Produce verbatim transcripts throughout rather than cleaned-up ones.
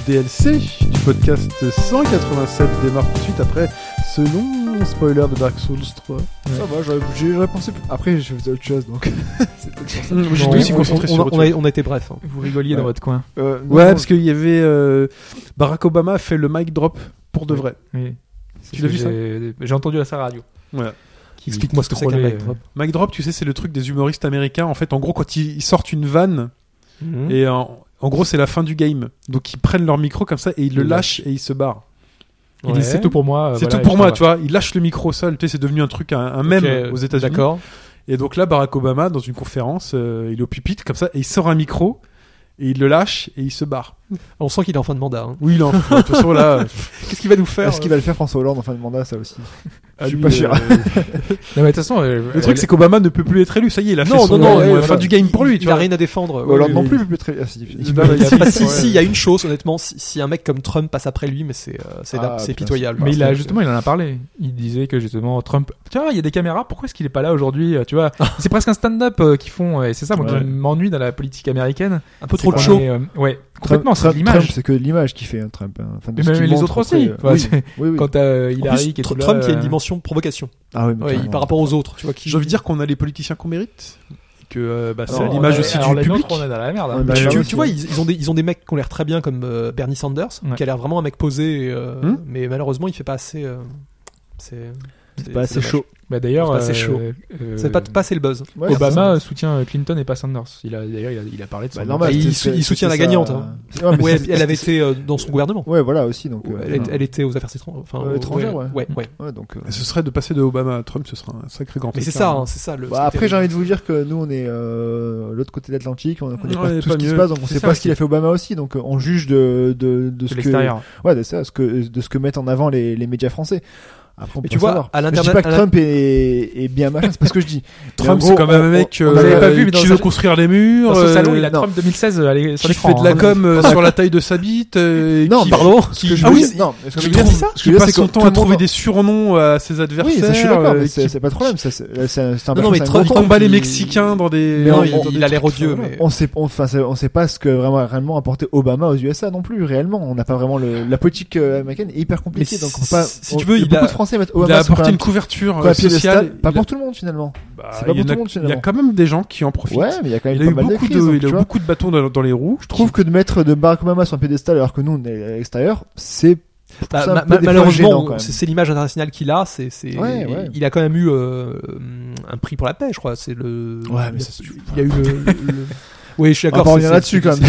D L C du podcast cent quatre-vingt-sept démarre tout de suite après ce long spoiler de Dark Souls trois. Ouais. Ça va, j'aurais, j'aurais pensé. Après, je faisais autre chose donc. C'est peut-être ça. Mmh, J'étais aussi concentré on, sur on, autre on, a, chose. on a été bref. Hein. Vous rigoliez ouais. dans votre coin. Euh, non, Ouais, non, parce qu'il y avait euh, Barack Obama a fait le mic drop pour de vrai. Oui. Tu l'as vu ça ? J'ai, j'ai entendu à sa radio. Voilà. Explique-moi ce que c'est qu'un trollait, mic drop. Mic drop, tu sais, c'est le truc des humoristes américains. En fait, en gros, quand ils, ils sortent une vanne, Mmh. et en, en gros, c'est la fin du game. Donc, ils prennent leur micro comme ça et ils le Ils lâchent et ils se barrent. Il dit c'est tout pour moi. C'est voilà, tout pour et moi, je tu vois. Ils lâchent le micro au sol. Tu sais, c'est devenu un truc, un, un mème Ok, aux États-Unis. D'accord. Et donc là, Barack Obama, dans une conférence, euh, il est au pupitre comme ça et il sort un micro et il le lâche et il se barre. On sent qu'il est en fin de mandat. Hein. Oui, non. De toute façon, là, Qu'est-ce qu'il va nous faire Est-ce qu'il va le faire François Hollande en fin de mandat, ça aussi? à Je suis lui, pas sûr. euh, Non, mais de toute façon, euh, le truc, c'est qu'Obama ne peut plus être élu. Ça y est, il a Non, fait son non, non, euh, ouais, fin voilà. du game pour lui. Tu Il a vois. rien à défendre. Hollande oui, non oui. plus, il peut très. Ah, si, si. Bah, Il y a si, pas- si, ouais. si, il y a une chose, honnêtement, si, si un mec comme Trump passe après lui, mais c'est, euh, c'est, Ah, c'est putain, pitoyable. Mais il a C'est- justement, il en a parlé. Il disait que justement Trump. Tu vois, il y a des caméras. Pourquoi est-ce qu'il est pas là aujourd'hui Tu vois, c'est presque un stand-up euh, qu'ils font. Et c'est ça, moi, Ouais. qui m'ennuie dans la politique américaine. un peu trop de C'est show. qu'on est, euh, ouais, complètement. Trump, C'est de Trump, l'image. c'est que l'image qui fait hein, Trump. Hein. Enfin, de Mais ce même qu'il les montre autres après, aussi. euh, Enfin, oui, c'est- oui, oui. Quand t'as En Hillary plus, qui est Tr- là, Trump, il y a une euh, dimension provocation. Ah oui, mais Ouais, carrément. par rapport aux autres, tu vois. Qui... J'ai envie de dire qu'on a les politiciens qu'on mérite. Que euh, bah, c'est Alors, à l'image on est- aussi alors, du les public. nôtres, on est dans la merde. hein. Ouais, bah, tu, là, tu- ouais, tu c'est- vois, ils, ils ont des, ils ont des mecs qui ont l'air très bien comme euh, Bernie Sanders, Ouais. qui a l'air vraiment un mec posé, euh, Hmm. mais malheureusement, il fait pas assez. euh, c'est, C'est pas assez dommage. chaud. Bah d'ailleurs, C'est pas assez euh, chaud. euh, C'est pas, pas assez le buzz. Ouais, Obama soutient Clinton et pas Sanders. Il a d'ailleurs il a, il a parlé de Bah, son normal, il c'était- sou- il c'était soutient la ça. gagnante, hein. Ouais, mais Ouais, c'est- elle avait été euh, dans son gouvernement. Ouais, voilà aussi. Donc, Ouais, euh, elle, est- elle était aux affaires étrangères. Enfin, Euh, au- étrangères, ouais. ouais. ouais, ouais. ouais, donc. euh, Ce serait de passer de Obama à Trump, ce serait un sacré grand Mais c'est écart. ça, hein, c'est ça le. Bah, ce qui est après, j'ai terrible. envie de vous dire que nous, on est euh, l'autre côté de l'Atlantique, on connaît Ouais, pas tout pas ce qui mieux. se passe, donc on C'est sait ça pas ce qu'il a aussi. fait Obama aussi, donc euh, on juge de de, de de ce que l'extérieur. ouais, de ça, ce que de ce que mettent en avant les, les médias français. Après, on Mais peut tu vois, savoir. à Je dis l'internet- pas que à la- Trump est, est bien machin, c'est pas ce que je dis. Trump, Mais en c'est gros, quand même on- un mec on- on euh, l'avait pas vu, mais dans qui sa- veut construire les murs, Dans son euh, salon, il a non. Trump deux mille seize allez, sur qui l'écran. fait de la hein. com euh, sur la taille de sa bite. euh, Non, qui- Pardon. Ce que je Ah veux oui, dire- non, mais ce que je qui veux dire, trouve- c'est ça. Ce que qui je veux dire, passe c'est son que temps tout à le trouver monde- des surnoms à ses adversaires. Oui, ça, je suis d'accord, euh, mais qui- c'est c'est pas de problème, ça, c'est c'est- c'est un Non, non, mais c'est un Trump- bon Qui combat les il- Mexicains dans des. Mais Non, on- il, on- il a l'air trucs, odieux, voilà. mais. On sait, on, enfin, c'est- on sait pas ce que vraiment réellement apporté Obama aux U S A non plus réellement. On n'a pas vraiment le, la politique euh, américaine est hyper compliquée. Mais donc si- on peut pas. si on- tu veux, y a il beaucoup a- de Français mettent Il Obama a sur apporté un- une couverture sur un euh, piédestal. sociale. Pas Il a- pour tout le monde finalement. Bah, c'est pas il y pour en tout a- le monde, Il y a finalement. quand même des gens qui en profitent. Ouais, mais il y a quand même Il a pas eu mal de beaucoup crises. de, donc, il tu a eu vois. beaucoup de bâtons dans, dans les roues. Je trouve que de mettre de Barack Obama sur un piédestal alors que nous on est à l'extérieur, c'est Bah, ça un ma- peu ma- des fois gênant, malheureusement, quand même. c'est c'est l'image internationale qu'il a. C'est, c'est, Ouais, ouais. Il a quand même eu euh, un prix pour la paix, je crois. C'est le. Ouais, mais il, ça, c'est- il y a eu le. le- Oui, je suis on va d'accord. pas c'est- revenir c'est- là-dessus c'est- quand même.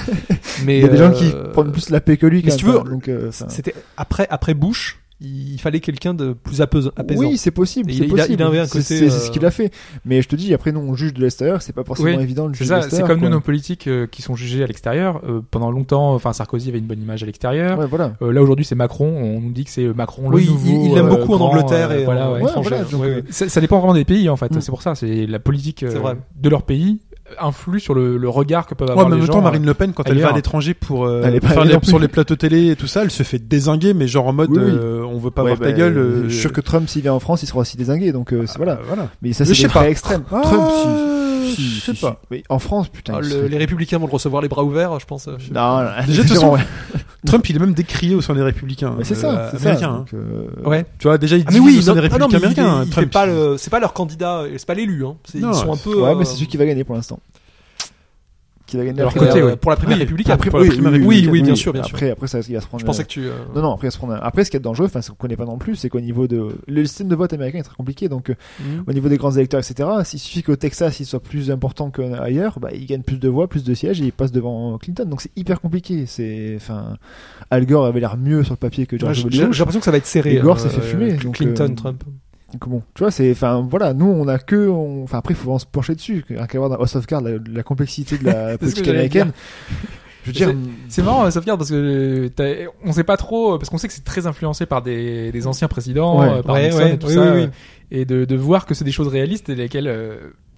Mais Il y a des gens qui euh, prennent plus la paix que lui. mais quand si même, tu veux, enfin, donc euh, ça- C'était après après Bush. Il fallait quelqu'un de plus apaisant. apaisant. Oui, c'est possible. Et c'est il a- il a- possible. il avait un C'est- côté, C'est c'est ce euh, qu'il a fait. Mais je te dis, après, nous, on juge de l'extérieur. C'est pas forcément Oui, évident de C'est juger de ça, c'est l'extérieur. comme nous quoi. nos politiques euh, qui sont jugés à l'extérieur. Euh, pendant longtemps, enfin Sarkozy avait une bonne image à l'extérieur. Ouais, voilà. Euh, là aujourd'hui c'est Macron. On nous dit que c'est Macron le Oui, il- nouveau. il l'aime euh, beaucoup en grand, Angleterre euh, et voilà, en ouais. Ouais, étranger. voilà, donc, Ouais, euh, ouais. Ça, ça dépend vraiment des pays en fait. Mm. C'est pour ça. C'est la politique euh, C'est vrai. de leur pays influe sur le, le regard que peuvent Ouais, avoir mais en les même gens. temps, Marine Le Pen, quand elle ailleurs. va à l'étranger pour euh, Elle est pas faire allée les- non plus. sur les plateaux télé et tout ça, elle se fait dézinguer, mais genre en mode, Oui, oui. euh, on veut pas Ouais, voir ta bah, gueule. euh, euh, Je suis sûr que Trump, s'il vient en France, il sera aussi dézingué. Donc, euh, c'est voilà. euh, voilà. Mais ça, Mais c'est je des sais pas. cas extrêmes. Ah, Trump, si. je Si, sais si, pas. si. Oui, en France, putain. Ah, il le- serait- les républicains vont le recevoir les bras ouverts, je pense. euh, je- Non, non, Déjà, de toute différent, façon, ouais. Trump, il est même décrié au sein des Républicains. Mais c'est euh, ça, c'est ça. américains, hein. Donc, euh, Ouais. Tu vois, déjà, il Ah mais divise oui, au sein non, des ah non, Républicains mais il, américains. il Trump. fait pas le, c'est pas leur candidat, c'est pas l'élu, hein. C'est- Non, ils sont un peu. Ouais, euh, mais c'est celui qui va gagner pour l'instant. Qui va gagner De leur après, côté, euh, oui. pour la primaire Oui. républicaine. Après, pour la oui, primaire oui, républicaine. oui, Oui, bien oui. sûr, bien sûr. Après, après, ça, il va se prendre. Je pensais que tu. euh, Non, non, après, il va se prendre un- après, ce qui est dangereux, enfin, ce qu'on connaît pas non plus, c'est qu'au niveau de. Le système de vote américain est très compliqué, donc, euh, Mhm. au niveau des grands électeurs, et cetera, s'il suffit qu'au Texas, il soit plus important qu'ailleurs, bah, il gagne plus de voix, plus de sièges, et il passe devant Clinton. Donc, c'est hyper compliqué. C'est, enfin, Al Gore avait l'air mieux sur le papier que Ouais, George j'ai W. j'ai Bush. l'impression que ça va être serré. Et Gore hein, s'est fait euh, fumer, donc, Clinton, euh, Trump. Donc bon, tu vois, c'est, enfin, voilà, nous, on a que, on- enfin, après, il faut vraiment se pencher dessus. Rien qu'à voir dans House of Cards, la, la complexité de la ce que politique j'allais américaine. Je veux dire, C'est marrant, euh, Sauvegarde, parce que euh, t'as- on sait pas trop, euh, parce qu'on sait que c'est très influencé par des, des anciens présidents, Ouais. euh, par Ouais, Nixon ouais, et tout oui, ça, oui, oui. euh, et de, de voir que c'est des choses réalistes et lesquelles euh,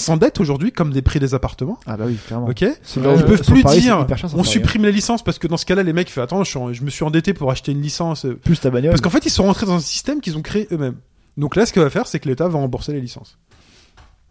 s'endettent aujourd'hui comme des prix des appartements. Ah bah oui, clairement. Ok. C'est Ils vrai, peuvent sur plus Paris, dire c'est hyper cher, sur on Paris, supprime la licence parce que dans ce cas-là les mecs font attends je, suis en- je me suis endetté pour acheter une licence hein. Plus ta bagnole. parce qu'en fait ils sont rentrés dans un système qu'ils ont créé eux-mêmes. Donc là ce qu'on va faire c'est que l'État va rembourser les licences.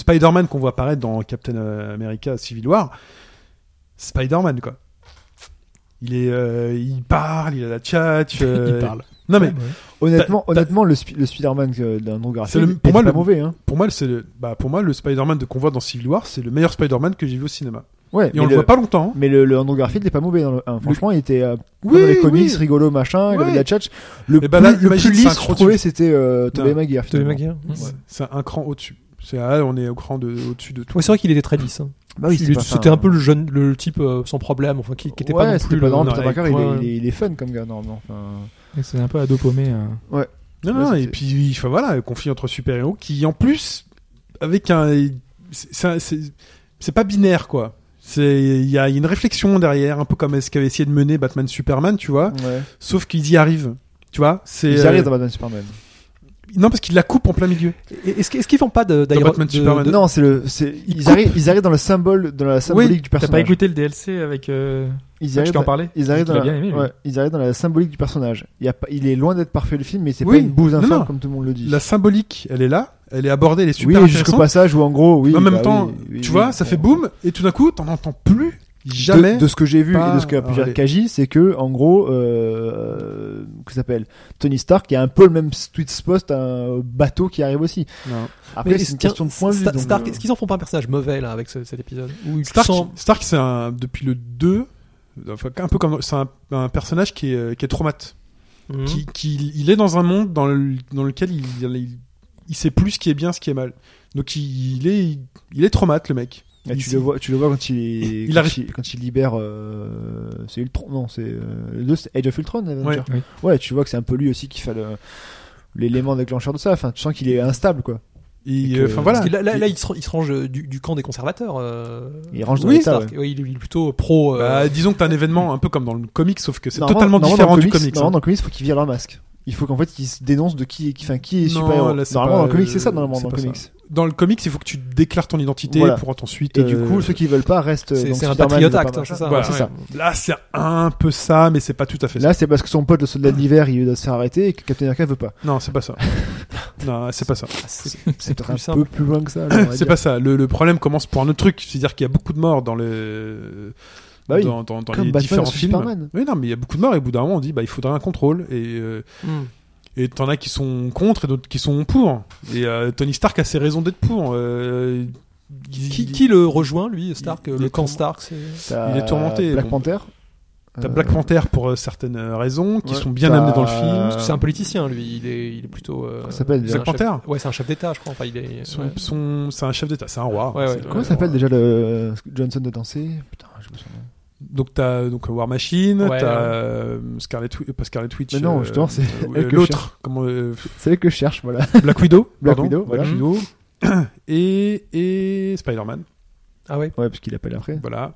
Spider-Man qu'on voit apparaître dans Captain America Civil War, Spider-Man quoi. Il est, euh, il parle, il a la tchatch, euh, Il parle. Non mais Ouais, ouais. Honnêtement, T'as- honnêtement, le, Sp- le Spider-Man euh, d'Andrew C'est Garfield, le- pour est moi, pas le- mauvais, hein. pour moi, c'est le, bah pour moi le Spider-Man de qu'on voit dans Civil War, c'est le meilleur Spider-Man que j'ai vu au cinéma. Ouais, Et mais on le le- voit pas longtemps. hein. Mais le, le Andrew Garfield est pas mauvais dans le un. Franchement, il était euh, comme Oui, dans les comics, oui. rigolo, machin, il Ouais. avait de la tchatch. Le Et plus, bah là, le imagine, plus c'est un lisse, je cran trouvais, dessus. c'était euh, Tobey Non. Maguire. Tobey finalement. Maguire. Ouais. C'est un cran au-dessus. C'est ah, on est au cran de au-dessus de tout. Ouais, c'est vrai qu'il était très lisse. Hein. Bah oui, Il- c'est pas- C'était enfin, un peu le jeune, le type euh, sans problème, enfin qui, qui était ouais, pas non c'était plus pas le. normal. non, Peter Parker, avec- il, est- ouais. il, est, il est fun comme gars, normalement. Enfin, Et c'est un peu ado paumé. euh. Non, Ouais, non, et c'était- puis enfin, voilà, le conflit entre super-héros qui en plus avec un c'est c'est- c'est c'est pas binaire quoi. C'est il y a une réflexion derrière, un peu comme ce qu'avait essayé de mener Batman Superman, tu vois, ouais. sauf qu'ils y arrivent. Tu vois, c'est Ils euh, arrivent dans Batman Superman. non parce qu'il la coupe en plein milieu. Et- Est-ce qu'ils est-ce qu'ils font pas de, Dans d'ailleurs Batman de- Superman. de- Non, c'est le, c'est, Il ils coupe. arrivent, ils arrivent dans le symbole, dans la symbolique du T'as personnage. pas écouté le D L C avec. Euh... Ils je arrivent t'en dans- parlais. Ils arrivent Tu dans l'as la, bien aimé, lui. ouais, ils arrivent dans la symbolique du personnage. Il, y a pas, il est loin d'être parfait le film, mais c'est Oui. pas une bouse Non, infâme non. comme tout le monde le dit. La symbolique, elle est là, elle est abordée, elle est oui, super jusqu'au intéressante. passage où en gros, oui. Mais en même bah temps, oui, oui, tu oui, vois, ça bon. fait boum et tout d'un coup, t'en entends plus jamais. De, de ce que j'ai vu pas- et de ce qu'a pu dire ouais. Kaji, c'est que en gros, euh, que s'appelle Tony Stark, il y a un peu le même sweet spot, un bateau qui arrive aussi. Non. Après, Mais c'est une tiens, question de point de vue. Sta- donc, Stark, euh, est-ce qu'ils en font pas un personnage mauvais là avec ce- cet épisode Où ils Stark, sont- Stark, c'est un depuis le deux, enfin un peu comme c'est un, un personnage qui est euh, qui est traumate, Mhm. qui, qui il est dans un monde dans, le, dans lequel il, il il sait plus ce qui est bien, ce qui est mal. Donc il, il est il est traumate le mec. ah, tu il- le vois, tu le vois quand il, Il quand, arrive- il quand il libère, euh, c'est Ultron, non, c'est euh, le deux, c'est Age of Ultron, Avenger. Ouais. Oui. Ouais, tu vois que c'est un peu lui aussi qui fait le l'élément déclencheur de ça. Enfin, tu sens qu'il est instable, quoi. Et, Et euh, que- enfin voilà. Parce que là, là, Il- là, il, se, il se range euh, du, du camp des conservateurs. euh, Il range dans Oui, l'état, Stark. ouais. Oui, il est il est plutôt pro. euh, bah, disons que t'as un événement un peu comme dans le comic, sauf que c'est Normalement- totalement normalement, différent dans le du comics, comics. Normalement, hein. dans le comics, il faut qu'il vire leur masque. Il faut qu'en fait, il se dénonce de qui, qui, enfin, qui est Non, super-héros. là, c'est Normalement, pas- dans le comics, c'est ça, normalement, c'est dans le pas comics. ça. Dans le comics, il faut que tu déclares ton identité Voilà. pour ensuite. Et du euh, coup, ceux qui veulent pas restent. c'est donc c'est un Spider-Man, patriot il veut pas act, hein, machin. c'est ça. Voilà, c'est ouais. ça. Là, c'est un peu ça, mais c'est pas tout à fait ça. Là, c'est parce que son pote, le soldat de l'hiver, il doit se faire arrêter et que Captain America veut pas. Non, c'est pas ça. non, c'est pas ça. C'est C'est peut-être plus un simple. peu plus loin que ça. j'aimerais C'est dire. pas ça. Le, le problème commence pour un autre truc, c'est-à-dire qu'il y a beaucoup de morts dans le Bah oui. dans, dans, dans Comme les Batman différents versus films. Superman. Oui, non, mais il y a beaucoup de morts et au bout d'un moment on dit bah il faudrait un contrôle et euh, Hmm. et t'en as qui sont contre et d'autres qui sont pour. Et euh, Tony Stark a ses raisons d'être pour. Euh, il- Qui, qui le rejoint, lui, Stark il Le est camp tourment- Stark, c'est. T'as il est tourmenté, Black bon. Panther. T'as Euh, Black Panther pour euh, certaines euh, raisons qui ouais. sont bien T'as- amenées dans le film. Parce que c'est un politicien, lui. Il est, il est plutôt. Euh, Comment ça s'appelle, c'est déjà un chef- Panther Ouais, c'est un chef d'État, je crois. Enfin, il est. Son, ouais. son- c'est un chef d'État, c'est un roi. Ouais, ouais. C'est- Comment euh, ça s'appelle roi. déjà le Johnson de danser Putain, je me souviens. Donc t'as donc War Machine, Ouais, t'as ouais. euh, Scarlet Wi- pas Scarlet Witch. Mais non, euh, justement, c'est euh, elle que je l'autre, comment euh, C'est elle que je cherche, voilà. Black Widow, Black pardon, Widow, Black voilà. Widow. et et Spider-Man, Ah ouais. Ouais, parce qu'il appelle après. voilà.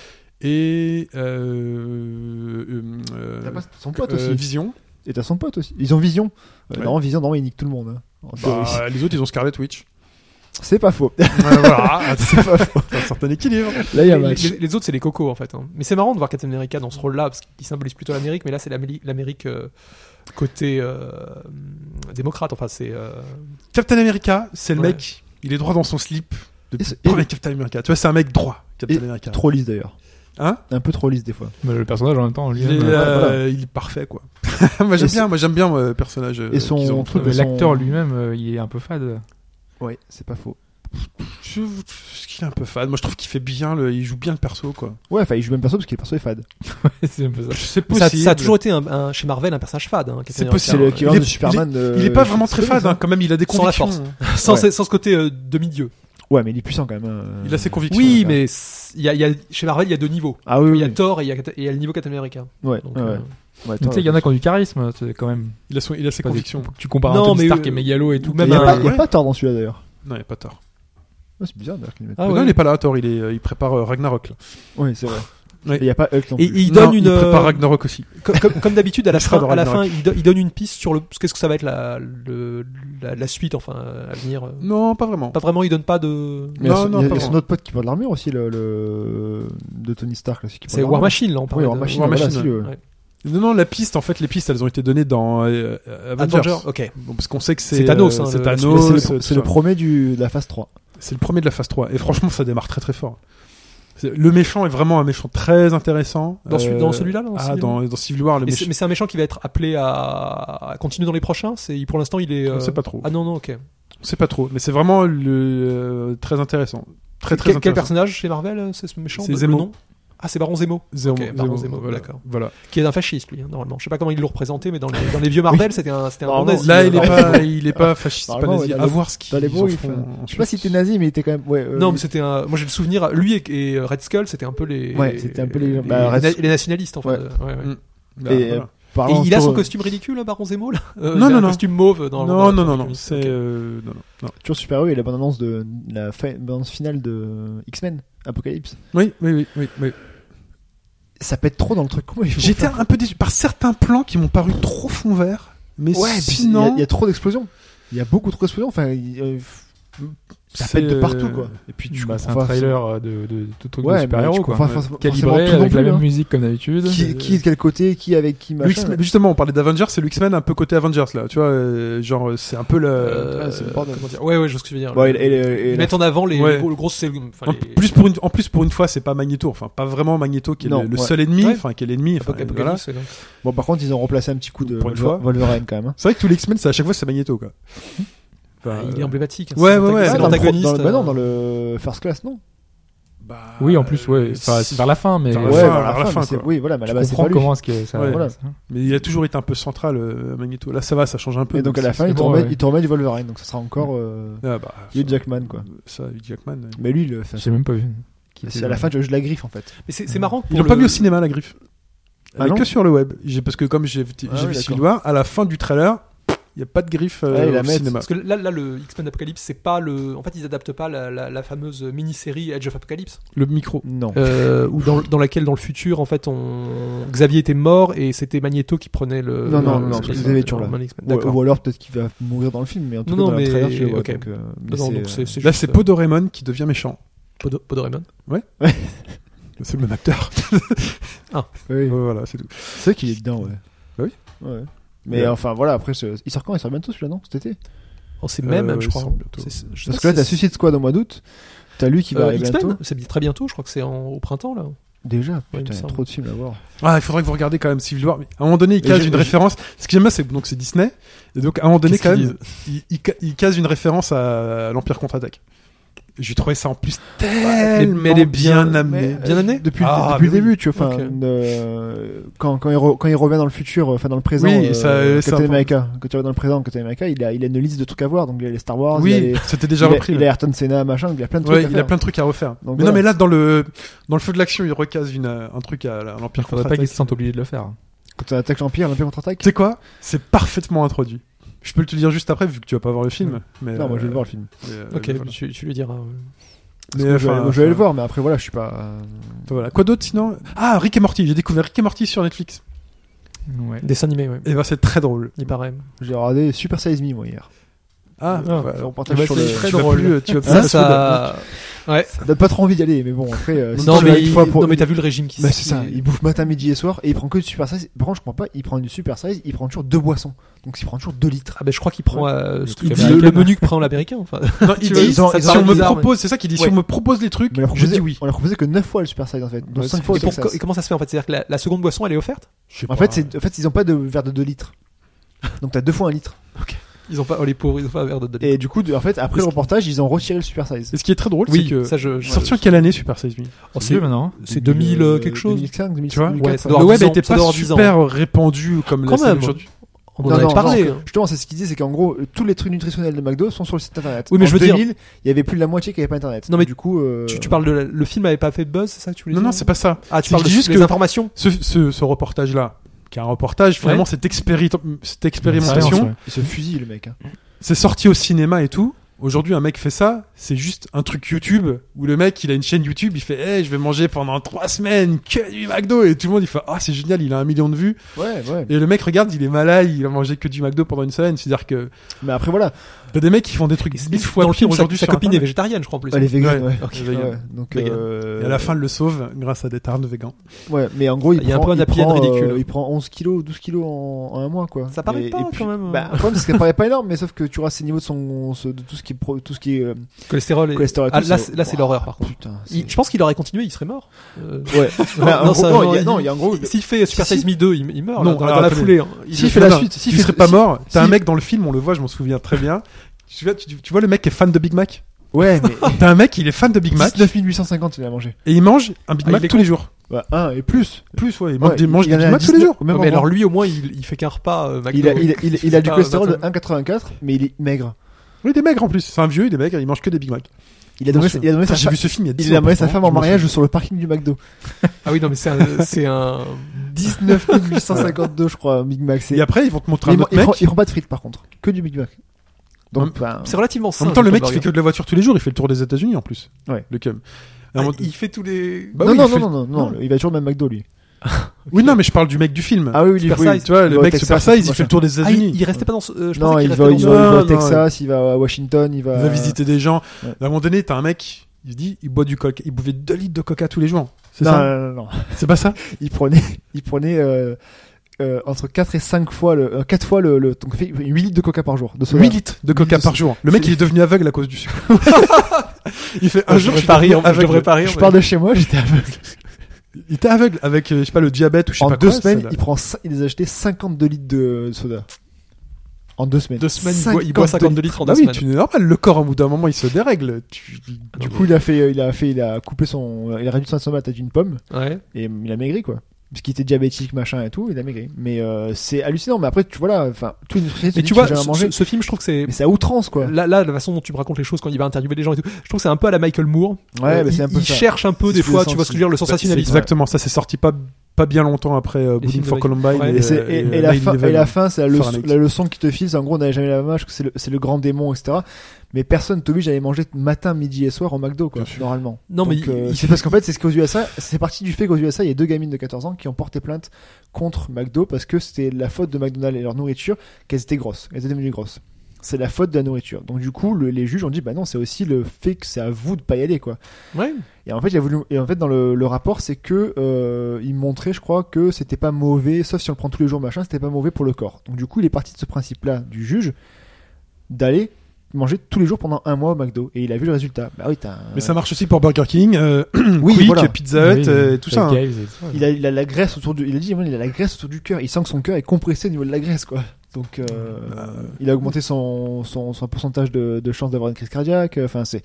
Et euh, euh, euh, T'as pas son pote euh, aussi. Vision. Et t'as son pote aussi. Ils ont Vision. Euh, Ouais. Non, Vision, non, il nique tout le monde. hein, en théorie. Bah, les autres ils ont Scarlet Witch. C'est pas faux. Ouais, voilà, C'est pas faux. c'est un certain équilibre. Là, il y a les, match. les- les autres, c'est les cocos en fait. hein. Mais c'est marrant de voir Captain America dans ce rôle-là parce qu'il symbolise plutôt l'Amérique, mais là, c'est l'Amérique, l'Amérique euh, côté euh, démocrate. Enfin, c'est. euh, Captain America, c'est le Ouais. mec, il est droit dans son slip. Depuis Et le c'est- premier Captain America. Tu vois, c'est un mec droit, Captain Et America. Trop lisse d'ailleurs. Hein Un peu trop lisse des fois. Bah, le personnage en même temps, lui. Il est, euh, euh, voilà. il est parfait, quoi. moi, j'aime Et bien, moi, j'aime bien, moi, le personnage. euh, Et son qu'ils ont truc, fait. mais son- l'acteur lui-même, euh, il est un peu fade. Ouais, c'est pas faux. Je trouve qu'il est un peu fade. Moi, je trouve qu'il fait bien le, il joue bien le perso, quoi. Ouais, enfin, il joue même perso parce qu'il est perso est fade. c'est un peu ça. C'est Ça, possible. ça a toujours été un, un- chez Marvel un personnage fade. Hein, Captain C'est America. possible. C'est le équivalent il est- de Superman. de- Il est pas vraiment très c'est fade, ça. hein, quand même. Il a des Sans la convictions. force. Sans, Ouais. ce- sans ce côté euh, demi-dieu. Ouais, mais il est puissant quand même. hein. Il a ses convictions. Oui, le gars. mais c'est- il y a, il y a, chez Marvel, il y a deux niveaux. Ah oui, Il oui. y a Thor et il y a, et il y a le niveau Captain America. Ouais, Donc, ouais, euh, ouais. Ouais, Tu sais, il y en a qui ont du charisme, c'est quand même. Il a son, il a ses Pas des- convictions. Tu compares Non, un Tony mais, Stark euh, qui est mégalo et tout. même Il y a un- pas- il y a ouais. pas Thor dans celui-là d'ailleurs. Non, il est pas tort. Ouais, c'est bizarre d'ailleurs qu'il le mette. Ah non, ouais. il est pas là, Thor. Il est, euh, il prépare euh, Ragnarok, là. Ouais, c'est vrai. Ouais. Et il y a pas Hulk non Et, plus. et il Non, donne une. il prépare euh, Ragnarok aussi. comme, comme- comme d'habitude, à la Il sera fin, dans à la fin, Ragnarok. il, do- il donne une piste sur le qu'est-ce que ça va être la, le, la, la suite, enfin à venir. euh. Non, pas vraiment. Pas vraiment, il donne pas de. Mais il y a Non, son- non, il y a, pas il y a son vraiment. autre pote qui porte l'armure aussi, le, le... de Tony Stark. Là, celui qui porte C'est l'armure. War Machine là, on parle. Oui, War de... Machine. War voilà, Machine, c'est lui, ouais. Ouais. Non, non, la piste, en fait, les pistes, elles ont été données dans euh, Avengers. Avenger, ok. Bon, parce qu'on sait que c'est C'est Thanos, hein, c'est le- Mais Thanos, c'est le, tout c'est le ça. premier du, de la phase trois. C'est le premier de la phase trois. Et franchement, ça démarre très très fort. C'est- Le méchant est vraiment un méchant très intéressant. Dans, celui- dans celui-là, là, dans Ah, Civil dans, dans Civil War, le Mais méchant. c'est, mais c'est un méchant qui va être appelé à, à continuer dans les prochains. C'est pour l'instant il est. On euh, sait pas trop. Ah non non ok. On sait pas trop, mais c'est vraiment le euh, très intéressant. Très très quel, quel intéressant. personnage chez Marvel euh, c'est ce méchant? C'est le- Zemo. le nom Ah c'est Baron Zemo. Zemo, Ok, Baron Zemo, voilà. d'accord. Voilà. Qui est un fasciste lui hein, normalement. Je sais pas comment ils l'ont représenté, mais dans les, dans les vieux Marvel c'était un c'était un bon Normalement, nazi. Là, il est Euh, pas, il est pas fasciste, pas Apparemment, nazi. ouais, dans À les- voir ce qu'ils dans les en mots, il font fait- ensuite. Je sais pas si t'es nazi, mais il était quand même. Ouais, euh, Non mais c'était un. Moi j'ai le souvenir. Lui et, et Red Skull c'était un peu les. Ouais, c'était un peu les- les, bah, Red- les nationalistes en fait. Ouais. Ouais, ouais. Mm. Bah, Et, voilà. euh, parlant Et il a toujours- son costume ridicule, là, Baron Zemo, là Euh, Non, il a non, un non. costume mauve dans Non, dans- non, dans non, le non, comics. c'est, Ok. euh, non, non, non. Toujours super héros et la bande annonce de la fin- bande annonce finale de X-Men Apocalypse. Oui, oui, oui, oui, oui. Ça pète trop dans le truc. Comment ils font J'étais faire un peu déçu par certains plans qui m'ont paru trop fond vert, mais Ouais, puis il y a- sinon, il y, a trop d'explosions. Il y a beaucoup trop d'explosions. Enfin, il- euh, ça c'est, pète de euh, partout, quoi. Et puis tu Bah, c'est un comprends pas, trailer euh, de, de, de tout truc Ouais, de super-héros, mais tu quoi. comprends Ouais. forcément Calibré, tout non avec la plus, même hein. musique comme d'habitude. Qui, qui est de quel côté, qui avec qui Le machin. X-Men- justement, on parlait d'Avengers, c'est le X-Men un peu côté Avengers là, tu vois, euh, genre c'est un peu le. Euh, ouais, c'est le bordel. comment dire Ouais, ouais, je vois ce que tu veux dire. Bon, et, et- et- et Ils la- mettent en avant les, Ouais. les gros- le gros. c'est- enfin, En les- plus pour une, en plus pour une fois, c'est pas Magneto, enfin pas vraiment Magneto qui est Non, le, le ouais. seul ennemi, Ouais. enfin qui est l'ennemi, enfin, Apoc- voilà. Apocalypse, ouais. Bon, par contre, ils ont remplacé un petit coup de Pour une Wolver- fois. Wolverine quand même. hein. C'est vrai que tous les X-Men, c'est à chaque fois c'est Magneto quoi. Enfin, Ah, il est emblématique. hein, Ouais, c'est ouais, ouais. l'antagoniste- Ah, c'est dans le pro- l'antagoniste. dans le- bah non, euh, dans le First Class, non. bah, Oui, en plus, ouais. Enfin, c'est vers la fin, mais. Vers Ouais, la fin, vers vers la fin, mais c'est- quoi. Oui, voilà, mais Je là-bas, c'est comprends pas lui. comment est-ce que ça. Ouais. Voilà. Mais il a toujours été un peu central euh, Magneto. Là ça va, ça change un peu. Et donc à la fin, c'est ils te bon, remettent ouais. ils te remettent du Wolverine, donc ça sera encore euh, bon. Ah, bah, Hugh Jackman, quoi. Ça, Hugh Jackman. ouais. Mais lui, le, enfin, J'ai même pas vu. Qui c'est était- à la fin, tu joues la griffe en fait. Mais c'est c'est marrant. Ils pour l'ont pas le- mis au cinéma la griffe. Ah Elle est non que sur le web. J'ai parce que comme j'ai j'ai Ah vu oui, Civil d'accord. War, à la fin du trailer, il y a pas de griffe euh, Ouais, ils la au mettent. cinéma. Parce que là, là, le X-Men Apocalypse, c'est pas le. En fait, ils adaptent pas la, la, la fameuse mini-série Edge of Apocalypse, Le micro. Non. euh, où dans, dans laquelle, dans le futur, en fait, on... Xavier était mort et c'était Magneto qui prenait le. Non, non, le- non, le- parce que Xavier est toujours là. le X-Men. Ou, D'accord. ou alors peut-être qu'il va mourir dans le film, mais en tout Non, cas non, dans mais- le trailer, tu le vois. ok. Donc, euh, mais Non, non, c'est, donc c'est, c'est Là, juste, c'est euh, Poe Dameron qui devient méchant. Podo- Podoraemon. C'est le même acteur. euh, oui. Ouais, voilà, c'est tout. C'est vrai qu'il est dedans, ouais. Bah oui. Ouais. Mais Ouais. enfin voilà, après, c'est- il sort quand Il sort bientôt celui-là, non Cet été Oh, c'est même, Euh, je ils crois. sont bientôt. C'est- c'est- je sais Parce pas que là, si t'as c'est- Suicide Squad au mois d'août. T'as lui qui va Euh, arriver X-Men, bientôt. c'est très bientôt, je crois que c'est en- au printemps là. Déjà, il me putain, il y a semble. trop de films à voir. Ah, il faudrait que vous regardiez quand même Civil War. Mais à un moment donné, il Mais case j'ai- une j'ai- référence. Ce que j'aime bien, c'est donc c'est Disney. Et donc à un moment donné, Qu'est-ce quand qu'ils même, il, il, ca- il case une référence à l'Empire contre-attaque. J'ai trouvé ça en plus tellement mais elle est bien- bien amené. Mais, Bien euh, amené depuis, Ah, depuis le mais oui. début, tu vois. Enfin, Ok. euh, quand quand il, re- quand il revient dans le futur, enfin dans le présent, Oui, euh, ça, euh, c'est Captain important. America. Quand il revient dans le présent, Captain America, il a il a une liste de trucs à voir. Donc il a les Star Wars, il a Oui, les- c'était déjà il a- repris. il là. a Ayrton Senna, machin. Donc il a plein de trucs Ouais, à il faire. a plein de trucs à refaire. Donc mais voilà. non, mais là, dans le, dans le feu de l'action, il recase une, euh, un truc à l'Empire Faudrait pas qu'ils contre-attaque. se sentent obligés de le faire. Quand on attaque l'Empire, l'Empire contre-attaque. Tu sais quoi? C'est parfaitement introduit. Je peux te le dire juste après, vu que tu vas pas voir le film. Mais, Non, moi je vais euh, le voir le film. mais, euh, Ok, mais voilà. tu, tu lui diras. ouais. Mais, Moi, je vais- enfin, moi, je vais le enfin, voir, mais après voilà, je suis pas. euh, voilà. Quoi d'autre sinon? Ah, Rick et Morty. J'ai découvert Rick et Morty sur Netflix. Ouais. Dessin animé, ouais. Et ben, c'est très drôle. Il paraît. J'ai regardé Super Size Me moi hier. Ah, Ah, bah, on eh partage ben, sur c'est le. très tu drôle. vas Plus, tu vas plus Ça, à ça. Ouais. Ça donne pas trop envie d'y aller, mais bon après. euh, si Non tu vas mais, une fois pour- non, mais t'as vu le régime qui Bah s- c'est ça, il bouffe matin, midi et soir et il prend que du super size. Par contre, je comprends pas, il prend du super size, il prend toujours deux boissons. Donc il prend toujours deux litres. Ah ben je crois qu'il prend euh, ce truc truc- le, américain. le menu que prend l'américain. Enfin. Non, il Tu vois, dit, ils ont- ça- ils si ont on me bizarre, propose, c'est ça qu'il dit, si Ouais. on me propose les trucs, Mais on l'a je proposé- dis oui. On l'a proposé que neuf fois le super size en fait. Donc Ouais, cinq c'est- fois au Et, pour- Texas. et comment ça se fait en fait? C'est-à-dire que la, la seconde boisson elle est offerte? Je sais En pas. fait, c'est, en fait, ils ont pas de verre de deux litres. Donc t'as deux fois un litre. Ils ont pas, oh, les pauvres, ils ont pas un verre de de- Et du coup, de- en fait, après le reportage, ils ont retiré le super size. Et ce qui est très drôle, Oui, c'est que. ça je. je- Sorti en quelle année Super Size Me? Oh, C'est c'est vieux maintenant. c'est deux mille euh, quelque chose. deux mille cinq, deux mille six, Tu vois deux mille quatre, Ouais, ça ouais. doit Le avoir web dix ans, était ça pas doit avoir dix ans. super répandu comme Quand la même. aujourd'hui. On Non, en avait non, parlé. non, justement, c'est ce qu'ils disaient, c'est qu'en gros, tous les trucs nutritionnels de McDo sont sur le site internet. Oui, mais En je veux dire- deux mille, il y avait plus de la moitié qui avait pas internet. Non, mais du coup, euh, Tu, tu parles de la- le film avait pas fait de buzz, c'est ça que tu voulais Non, dire non, c'est pas ça. Ah, tu C'est parles de juste les que- informations. Ce, ce, ce reportage-là, qui est un reportage, finalement, Ouais. cette, expéri- cette Expérience, expérimentation, ouais. il se fusille le mec. Hein. c'est sorti au cinéma et tout. Aujourd'hui, un mec fait ça, c'est juste un truc YouTube où le mec, il a une chaîne YouTube, il fait, hey, je vais manger pendant trois semaines que du McDo et tout le monde il fait, ah, c'est génial, il a un million de vues. Ouais, ouais. Et le mec regarde, il est malade, il a mangé que du McDo pendant une semaine. C'est-à-dire que Mais après, voilà. t'as des mecs qui font des trucs Et mille fois dans le pire film, sa, aujourd'hui sa sur copine est Internet. végétarienne, je crois en plus. Elle est vegan, Ouais, ouais. ok, Ouais, vegan. donc, Vegan. euh, Et à la fin, elle le sauve grâce à des tartes végans. Ouais, mais en gros, il Il y a un prend, peu un il happy end prend, ridicule. euh, il prend onze kilos, douze kilos en, en un mois, quoi. Ça paraît Et- pas, et puis- quand même. Bah, le problème, c'est que ça paraît pas énorme, mais sauf que tu vois, ces niveaux de son, ce- de tout ce qui est, pro- tout ce qui est, euh, Cholestérol. Et... Cholestérol et Ah, tout, là, ça- c'est- là, c'est Ouah, l'horreur par contre. Putain. Il- c'est- je pense qu'il aurait continué, il serait mort. Euh, Ouais. non, Bah, en non, gros, ça, non, non, il y a- non, il y a en gros. S'il fait Super Si, Size Me deux, il, il meurt Non, là, dans, alors, dans la attendez. foulée. hein. Il S'il le fait fait la Non, suite, s'il il fait- serait pas si- mort. T'as un si- mec dans le film, on le voit, je m'en souviens très bien. Tu vois, tu, tu vois le mec qui est fan de Big Mac. Ouais, mais T'as un mec, il est fan de Big Mac dix-neuf mille huit cent cinquante il a mangé. et il mange un Big Ah, Mac il est tous con. les jours. Bah, un et plus. Plus, ouais, il Ouais, mange des, mange il des en a Big Mac tous les dix-neuf jours. au même Ouais, mais endroit. alors lui au moins il, il fait qu'un repas euh, McDo. Il a, il, a- il, a- il a du Pas cholestérol de vingt-cinq. un virgule quatre-vingt-quatre, mais il est maigre. Oui, des maigres en plus. C'est un vieux, il est maigre, il mange que des Big Mac. Il a demandé, Attention. il a demandé Putain, sa J'ai femme, vu ce film il y a dix il a ans. demandé sa pourtant, femme je en m'en mariage souviens. sur le parking du McDo. Ah oui non mais c'est un, c'est un dix-neuf mille huit cent cinquante-deux, je crois, Big Mac. C'est... Et après, ils vont te montrer Mais un il, autre il, mec. prend, il prend pas de frites par contre, que du Big Mac. Donc, Hum. enfin, c'est relativement En sain. même temps, le comme mec, il fait burger. que de la voiture tous les jours, il fait le tour des États-Unis en plus. Ouais. Le cum. Ah, À un moment- il fait tous les Bah non, oui, non, il fait non, le- non, non, non, il va toujours au même McDo lui. Oui, non, mais je parle du mec du film. Ah oui, oui, Super oui. Size. Tu vois, Il le va au mec Texas, Super Size, il machin. fait le tour des Ah, États-Unis. il, il restait pas dans ce, euh, je Non, pensais il qu'il va, restait il dans va, ce- il va au non, Texas, il va à Washington, il va. Il va visiter des gens. Ouais. À un moment donné, t'as un mec, il dit, il boit du coca, il buvait deux litres de coca tous les jours. C'est Non, ça? non, non, non. C'est pas ça? Il prenait, il prenait euh, euh, entre quatre et cinq fois le, euh, quatre fois le, le donc il fait huit litres de coca par jour. De soda. huit litres de coca litres de par jour. Le mec, C'est- il est devenu aveugle à cause du sucre. Il fait un Je jour, je devrais suis pas devenu rire, je aveugle. devrais pas rire. Je mais- pars de chez moi, j'étais aveugle. Il était aveugle avec, euh, je sais pas, le diabète ou je sais En pas deux quoi, semaines, ça, là. il prend, cin- il les a acheté cinquante-deux litres de soda. En deux semaines. Deux semaines, il boit- il boit cinquante-deux litres en Ah deux oui, semaines. tu n'es normal. Le corps, au bout d'un moment, il se dérègle. Tu... Du coup, il a fait, il a fait, il a coupé son, il a réduit son estomac à la taille d'une pomme Ouais. et il a maigri quoi. Parce qu'il était diabétique, machin et tout, il a maigri. Mais euh, c'est hallucinant. Mais après, tu vois là, enfin, tout une nutritionniste Mais dit tu qu'il vois, faut jamais ce, manger. ce- ce film, je trouve que c'est Mais c'est à outrance quoi. là, là, la façon dont tu me racontes les choses quand il va interviewer les gens et tout, je trouve que c'est un peu à la Michael Moore. Ouais, Euh, bah, il, c'est un peu il ça. cherche un peu C'est des ce que fois, j'ai tu vois ce que je senti. veux dire, le C'est sensationnalisme. exactement ça. C'est sorti pas, pas bien longtemps après euh, Bowling films for de- Columbine. Ouais. Et, Et, c'est- et- euh, et la nine fin, eleven. et la fin, c'est la, leçon- Fahrenheit. la leçon qui te file. C'est en gros, on n'avait jamais la même âge, que c'est le, c'est le grand démon, et cetera. Mais personne t'oblige à aller manger matin, midi et soir au McDo, quoi, Bien sûr. normalement. Non, mais Donc, il- euh, il- c'est parce qu'en fait, c'est ce qu'aux U S A, c'est parti du fait qu'aux U S A, il y a deux gamines de quatorze ans qui ont porté plainte contre McDo parce que c'était la faute de McDonald's et leur nourriture qu'elles étaient grosses, qu'elles étaient devenues grosses. C'est la faute de la nourriture. Donc du coup, le- les juges ont dit, bah non, c'est aussi le fait que c'est à vous de pas y aller, quoi. Ouais. Et en fait, il a voulu, et en fait, dans le, le rapport, c'est que euh, il montrait, je crois, que c'était pas mauvais, sauf si on le prend tous les jours, machin, c'était pas mauvais pour le corps. Donc du coup, il est parti de ce principe-là du juge d'aller manger tous les jours pendant un mois au McDo, et il a vu le résultat. Bah oui, t'as. un- Mais ça marche aussi pour Burger King, euh, Oui, Quick, voilà. Pizza Hut, Oui, euh, tout ça. hein. Five Guys et tout. Il a, il a la graisse autour du, il a dit, il a la graisse autour du cœur. Il sent que son cœur est compressé au niveau de la graisse, quoi. Donc, euh, Euh, il a augmenté son, son, son pourcentage de, de chance d'avoir une crise cardiaque. Enfin, c'est,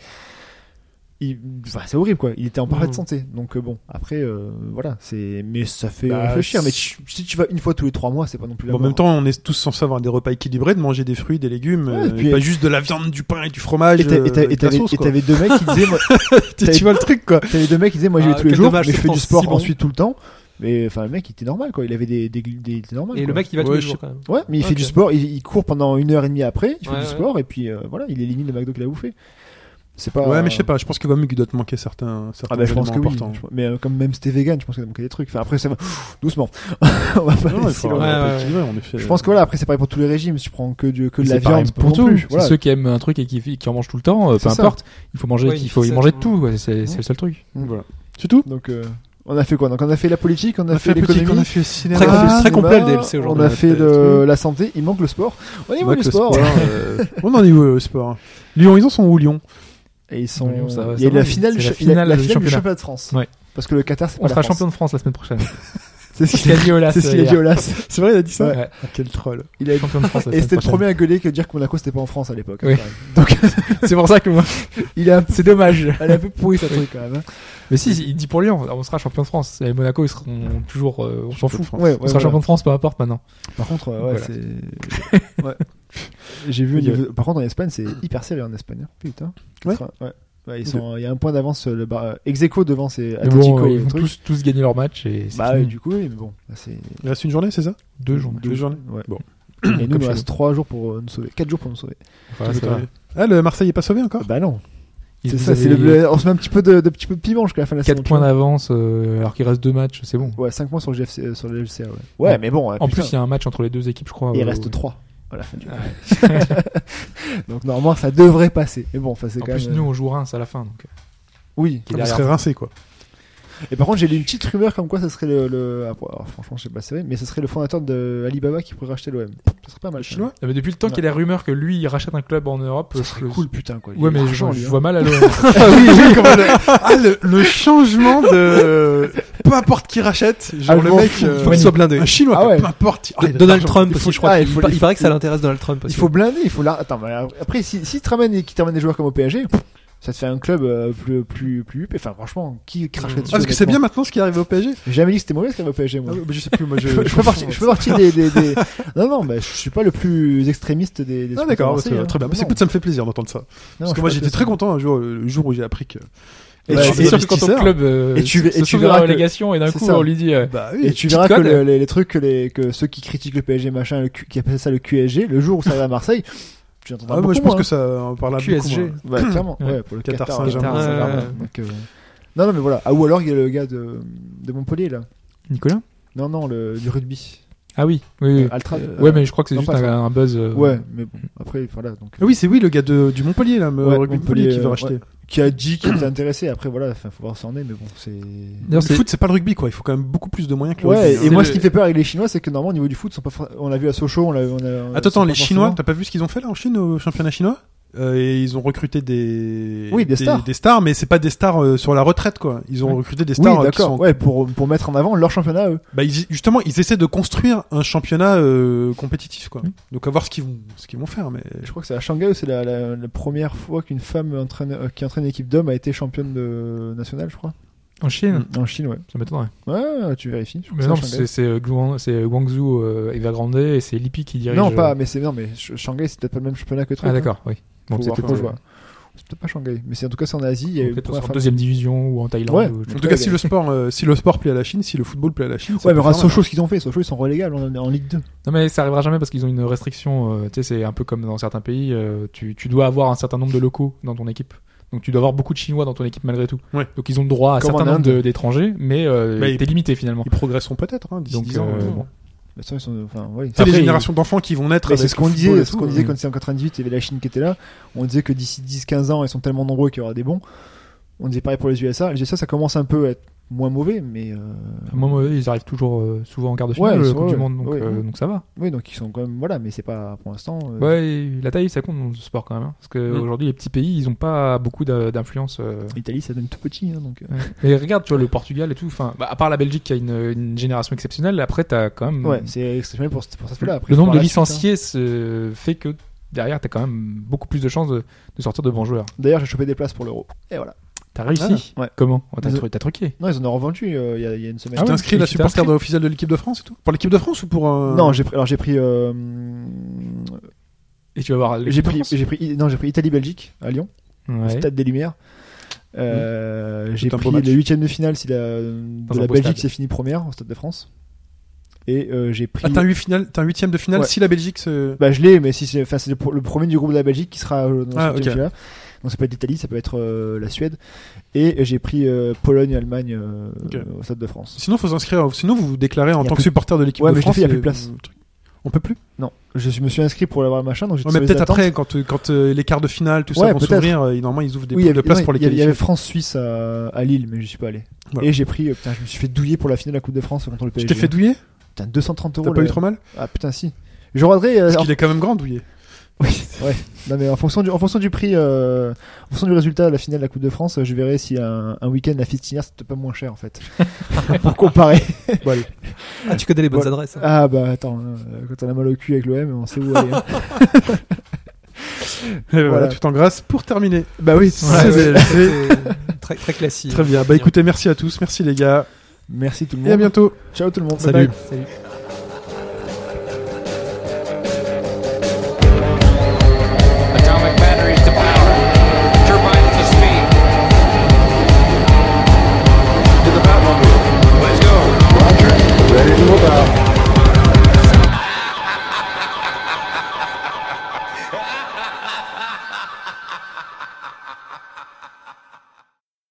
il, enfin, c'est horrible, quoi. Il était en parfaite Mhm. santé. Donc, euh, bon, après, euh, voilà, c'est, mais ça fait Bah, réfléchir. Mais c'est- tu- si tu vas une fois tous les trois mois, c'est pas non plus la Bon, en mort. même temps, on est tous censés avoir des repas équilibrés, de manger des fruits, des légumes, Ouais, euh, et et, puis- pas juste de la viande, du pain et du fromage. Et t'a- euh, et t'a- et avec la t'avais sauce, et quoi. t'avais deux mecs qui disaient, moi, tu, tu vois le truc, quoi. t'avais deux mecs qui disaient, moi j'y vais Ah, tous les quel jours, dommage, mais je c'est fais du pourtant sport si bon. ensuite tout le temps. Mais enfin, le mec, il était normal, quoi. Il avait des, des, des, il était normal. Et quoi. le mec, il va tous Ouais, les je jours sais- quand même. Ouais, mais il fait Ok. du sport, il, il court pendant une heure et demie après, il fait Ouais, du ouais. sport, et puis euh, voilà, il élimine le McDo qu'il a bouffé. C'est pas. Ouais, mais je sais pas, je pense que quand même qu'il doit te manquer certains, certains Ah bah je pense éléments que oui. importants. Je- Mais euh, comme même si t'es vegan, je pense qu'il doit manquer des trucs. Enfin après, ça va. Doucement. On va pas Non, il aller si faut loin. Ouais, pas ouais, équilibrer, en effet. Je pense que voilà, après c'est pareil pour tous les régimes. Si tu prends que, du, que de C'est la pareil viande, pour non tout. plus. Voilà. Ceux qui aiment un truc et qui, qui en mangent tout le temps, euh, peu C'est ça. importe, il faut manger, Ouais, il faut y c'est manger ça. de tout. ouais, C'est c'est Ouais. le seul truc. Voilà. C'est tout? Donc euh, on a fait quoi? Donc on a fait la politique, on a, On a fait fait la politique, on l'économie. a fait le cinéma. Très, on a fait complet- le très cinéma, complet le D L C On aujourd'hui. a fait Ouais, le, la santé, il manque le sport. On y va Ouais, le que sport. euh, On en est où, euh, le sport? Lyon, ils en sont où, Lyon? Et ils sont. Lyon, ça va, il y a ça la va, finale, c'est du la cha- il y a finale la du finale du championnat. championnat de France. Ouais. Parce que le Qatar, c'est pas On la sera France. champion de France la semaine prochaine. C'est ce C'est ce qu'a dit Olas. c'est ce qu'il a hier. dit Olas. C'est vrai, il a dit ça? Ouais. Ah, quel troll. Il a Champion de France la Et semaine c'était le prochaine. premier à gueuler que dire que Monaco c'était pas en France à l'époque. Oui. quand même. Donc C'est pour ça que moi. il est un peu, C'est dommage. elle est un peu pourri sa truc quand même. hein. Mais si, il dit pour Lyon, on sera champion de France. Et Monaco, ils seront toujours. euh, on s'en fout. France. Ouais, ouais, On sera voilà. champion de France, peu importe maintenant. Par contre, euh, ouais, Voilà. c'est. Ouais. J'ai vu. au Il y a- niveau- Par contre, en Espagne, c'est hyper sérieux en Espagne. hein. Putain. Ouais. Ouais. Ouais, ils sont. Il y a un point d'avance. Le bar... euh, Ex-aequo devant, c'est Mais Atletico. bon, euh, ils le vont truc. tous, tous gagner leur match et c'est Bah fini. ouais, du coup, oui, mais bon, là, c'est Il reste une journée, c'est ça? deux journées. Deux journées. Ouais. Bon. Et nous, il Comme nous chez reste trois jours pour euh, nous sauver. Quatre jours pour nous sauver. Voilà, ça va. Ah, le Marseille est pas sauvé encore? Bah non. Ils C'est vous ça. avaient C'est le... le- On se met un petit peu de, de petit peu de piment jusqu'à la fin de la saison. quatre tu points vois. d'avance euh, alors qu'il reste deux matchs, c'est bon. Ouais, cinq points sur le G F C, euh, sur le G F C A, ouais. Ouais, Ouais. mais bon. En plus, il y a un match entre les deux équipes, je crois. il euh, reste ouais. trois à la fin du Ah ouais. Donc normalement, ça devrait passer. Mais bon, enfin, c'est En quand plus, même. nous, on joue Reims à la fin. Donc. Oui. Vous derrière. serez rincé, quoi. Et par contre, j'ai lu une petite rumeur comme quoi ça serait le. le... Ah, bon, alors, franchement, je sais pas si c'est vrai, mais ça serait le fondateur de Alibaba qui pourrait racheter l'O M. Ça serait pas mal. Chinois. Ah, mais depuis le temps qu'il y a des rumeurs que lui il rachète un club en Europe, Ça je- serait cool, putain, quoi. Il Ouais, a mais je, l'argent, je lui, hein. vois mal à l'O M. Ah oui, oui, comment le... Ah, le, le changement de peu importe qui rachète, genre Ah, le je m'en mec, fous. euh, Il faut qu'il soit blindé. un chinois, Ah ouais. peu importe. Ah, il a de Donald l'argent. Trump Il aussi, faut- je crois. ah, il, il faut- pa- il il paraît faut- que ça l'intéresse Donald Trump aussi. Il faut blinder, il faut là. Attends, mais après, si, si tu ramènes, qui te ramène des joueurs comme au P S G, ça te fait un club euh, plus, plus, plus huppé. Enfin, franchement, qui cracherait dessus? Ah, parce que c'est bien maintenant ce qui arrive au P S G. J'ai jamais dit que c'était mauvais ce qu'il y avait au P S G, moi. Ah, ouais, bah, je sais plus, moi je. Je, je, fais partie, je fais partie des, des, des... Non, non, bah, je suis pas le plus extrémiste des, des Ah supporters d'accord, marseillais, très, hein. très bien. Non, C'est- Ça me fait plaisir d'entendre ça. non, Parce je que moi suis j'étais pas très content un jour, le jour où j'ai appris que. Et Bah, tu- c'est C'est sûr que quand ton investisseurs. club euh, Et tu- se et tu sauve de verras la que- relégation et d'un c'est coup ça. on lui dit euh, Bah Et tu Petite verras que code. le- les, les trucs que, les, que ceux qui critiquent le P S G machin, le Q- qui appellent ça le Q S G, le jour où ça va à Marseille, tu entendras Ah, beaucoup moi je pense moins, que hein. ça en parle Q S beaucoup. G. moins. Ouais, clairement. Ouais. Ouais, pour le Qatar Qatar, Saint-Germain. Qatar Ouais, Saint-Germain. ouais. Donc, euh, Non, non, mais voilà. Ah, ou alors il y a le gars de, de Montpellier là. Nicolas. Non, non, le, du rugby. Ah oui, oui. oui. Altra. Ouais, mais je crois que c'est non, juste pas un, ça. un buzz. euh, Ouais, mais bon, après, voilà. Donc, Ah oui, c'est oui le gars de, du Montpellier là, le Ouais, rugby Montpellier, Montpellier qui veut euh, racheter. ouais. Qui a dit qu'il était intéressé. Après, voilà, enfin, faut voir où ça en est, mais bon, c'est. Le D'ailleurs, c'est foot c'est pas le rugby quoi, il faut quand même beaucoup plus de moyens que le Ouais, rugby. et hein. moi, le- ce qui me fait peur avec les Chinois, c'est que normalement, au niveau du foot, ils sont pas for- on l'a vu à Sochaux, on l'a, on a, on a- Attends, attends, sont les pas Chinois, forcément- t'as pas vu ce qu'ils ont fait là en Chine au championnat chinois? Euh, et ils ont recruté des Oui, des stars. des stars, mais c'est pas des stars euh, sur la retraite quoi. Ils ont Ouais. recruté des Oui, stars euh, qui d'accord. sont Ouais, pour, pour mettre en avant leur championnat à eux. bah, ils- justement ils essaient de construire un championnat euh, compétitif quoi. Mm. Donc à voir ce qu'ils vont ce qu'ils vont faire mais Je crois que c'est à Shanghai où c'est la, la, la première fois qu'une femme entraîne, euh, qui entraîne une équipe d'hommes a été championne de, nationale, je crois. en Chine. En Chine, ouais. Ça m'étonnerait. Ouais, tu vérifies. Je crois Mais que non, c'est à c'est Shanghai. c'est euh, Guang- c'est Guangzhou, euh, Evergrande et c'est Lippi qui dirige. Non, euh, pas, mais c'est, non, mais Sh- Shanghai, c'est peut-être pas le même championnat que toi. Ah d'accord, oui. Bon, Faut c'est voir, peut-être faut euh, voir. C'est peut-être pas Shanghai, mais c'est en tout cas c'est en Asie. Il y a eu une peut-être première en femme. deuxième division ou en Thaïlande. Ouais. ou- en tout cas si le sport euh, si le sport plaît à la Chine, si le football plaît à la Chine, ça Ouais, peut mais faire regarde mal. Sochaux, ce qu'ils ont fait. Sochaux, ils sont relégables en, en Ligue deux. Non mais ça arrivera jamais parce qu'ils ont une restriction. euh, tu sais, c'est un peu comme dans certains pays. euh, tu, tu dois avoir un certain nombre de locaux dans ton équipe. Donc tu dois avoir beaucoup de Chinois dans ton équipe malgré tout. Ouais. Donc ils ont le droit à un Comme certain en nombre Inde. de- d'étrangers, mais euh, Bah, t'es ils- limité finalement. Ils progresseront peut-être hein, d'ici Donc dix ans. euh, ouais. bon. Mais ça, ils sont, enfin, ouais. C'est les Après, générations d'enfants qui vont naître Mais avec c'est ce qu'on le football disait, et ce tout, qu'on euh. disait quand c'était en quatre-vingt-dix-huit, il y avait la Chine qui était là. On disait que d'ici dix quinze ans, ils sont tellement nombreux qu'il y aura des bons. On disait pareil pour les U S A. Les U S A, ça commence un peu à être moins mauvais, mais euh... Moi, moi, ils arrivent toujours euh, souvent en quart de finale Ouais, de ils la sont- Coupe du ouais, Monde, donc, ouais, euh, ouais. donc ça va. oui, donc ils sont quand même voilà, mais c'est pas pour l'instant. euh, Ouais, et la taille ça compte dans ce sport quand même, hein, parce que Mm. aujourd'hui les petits pays ils ont pas beaucoup d'a- d'influence. euh. L'Italie, ça donne tout petit, hein, donc. euh, Ouais. Mais regarde, tu vois le Portugal et tout, enfin, bah, à part la Belgique qui a une, une génération exceptionnelle, après t'as quand même Ouais, c'est exceptionnel pour, pour ça. Là. Après, le faut nombre voir de la suite, hein. licenciés se fait que derrière t'as quand même beaucoup plus de chances de, de sortir de bons joueurs. D'ailleurs, j'ai chopé des places pour l'Euro. Et voilà. T'as réussi. Ah, ouais. Comment oh, T'as Mais- tru- t'as truqué. Non, ils en ont revendu euh, il y, a- il y a une semaine. Ah Tu ouais, t'inscris et la tu t'es supporter inscrit de officielle de l'équipe de France et tout pour l'équipe de France ou pour un... Non, j'ai pris, alors j'ai pris, euh, Et tu vas voir. j'ai l'équipe de pris, France j'ai pris, non, j'ai pris Italie-Belgique à Lyon, au Ouais. Stade des Lumières. Euh, j'ai C'est un beau pris match. le huitième de finale si la, de Dans la un beau Belgique stade. s'est fini première au Stade de France. Et euh, j'ai pris. Ah, t'as un huit finale, t'as un huitième de finale Ouais. si la Belgique se... Bah je l'ai, mais si c'est, enfin c'est le, pro- le premier du groupe de la Belgique qui sera euh, dans Ah, cette ok. huitième finale. Donc ça peut être l'Italie, ça peut être euh, la Suède. Et j'ai pris euh, Pologne, Allemagne euh, Ok. au Stade de France. Sinon faut s'inscrire, sinon vous vous déclarez en Y a tant que plus- supporter de l'équipe Ouais, de mais je l'ai France. fait, y a et- plus de place. euh, truc. On peut plus. Non, je me suis inscrit pour avoir le machin, donc j'ai Ouais, mais sur les peut-être attentes. après quand euh, quand euh, les quarts de finale tout Ouais, ça vont peut-être. s'ouvrir, euh, normalement ils ouvrent des Oui, il y poules avait, de place non, pour les il y avait- il y avait qualifier. France-Suisse à, à Lille, mais je suis pas allé. Voilà. Et j'ai pris, euh, putain, je me suis fait douiller pour la finale de la Coupe de France contre le P S Tu G. t'es fait douiller? Putain, deux cent trente euros. T'as pas le- eu trop mal? Ah putain, si. Je regarderai. euh, Parce en- qu'il est quand même grand douiller. Ouais. Non mais en fonction du, en fonction du prix, euh, en fonction du résultat de la finale de la Coupe de France, euh, je verrai si un, un week-end la fistinière c'était pas moins cher en fait. Pour comparer. Bon allez. Ah, tu connais les bonnes Ouais. adresses. hein. Ah bah attends, euh, quand on a mal au cul avec l'O M, on sait où aller. hein. Et voilà, Voilà. tout en grâce pour terminer. Bah oui. Ouais, C'est- ouais, c'est- c'est très, très classique. Très bien. Bah écoutez, merci à tous, merci les gars, Merci tout le et à monde. bientôt. Ciao tout le monde. Salut. Bye bye. Salut.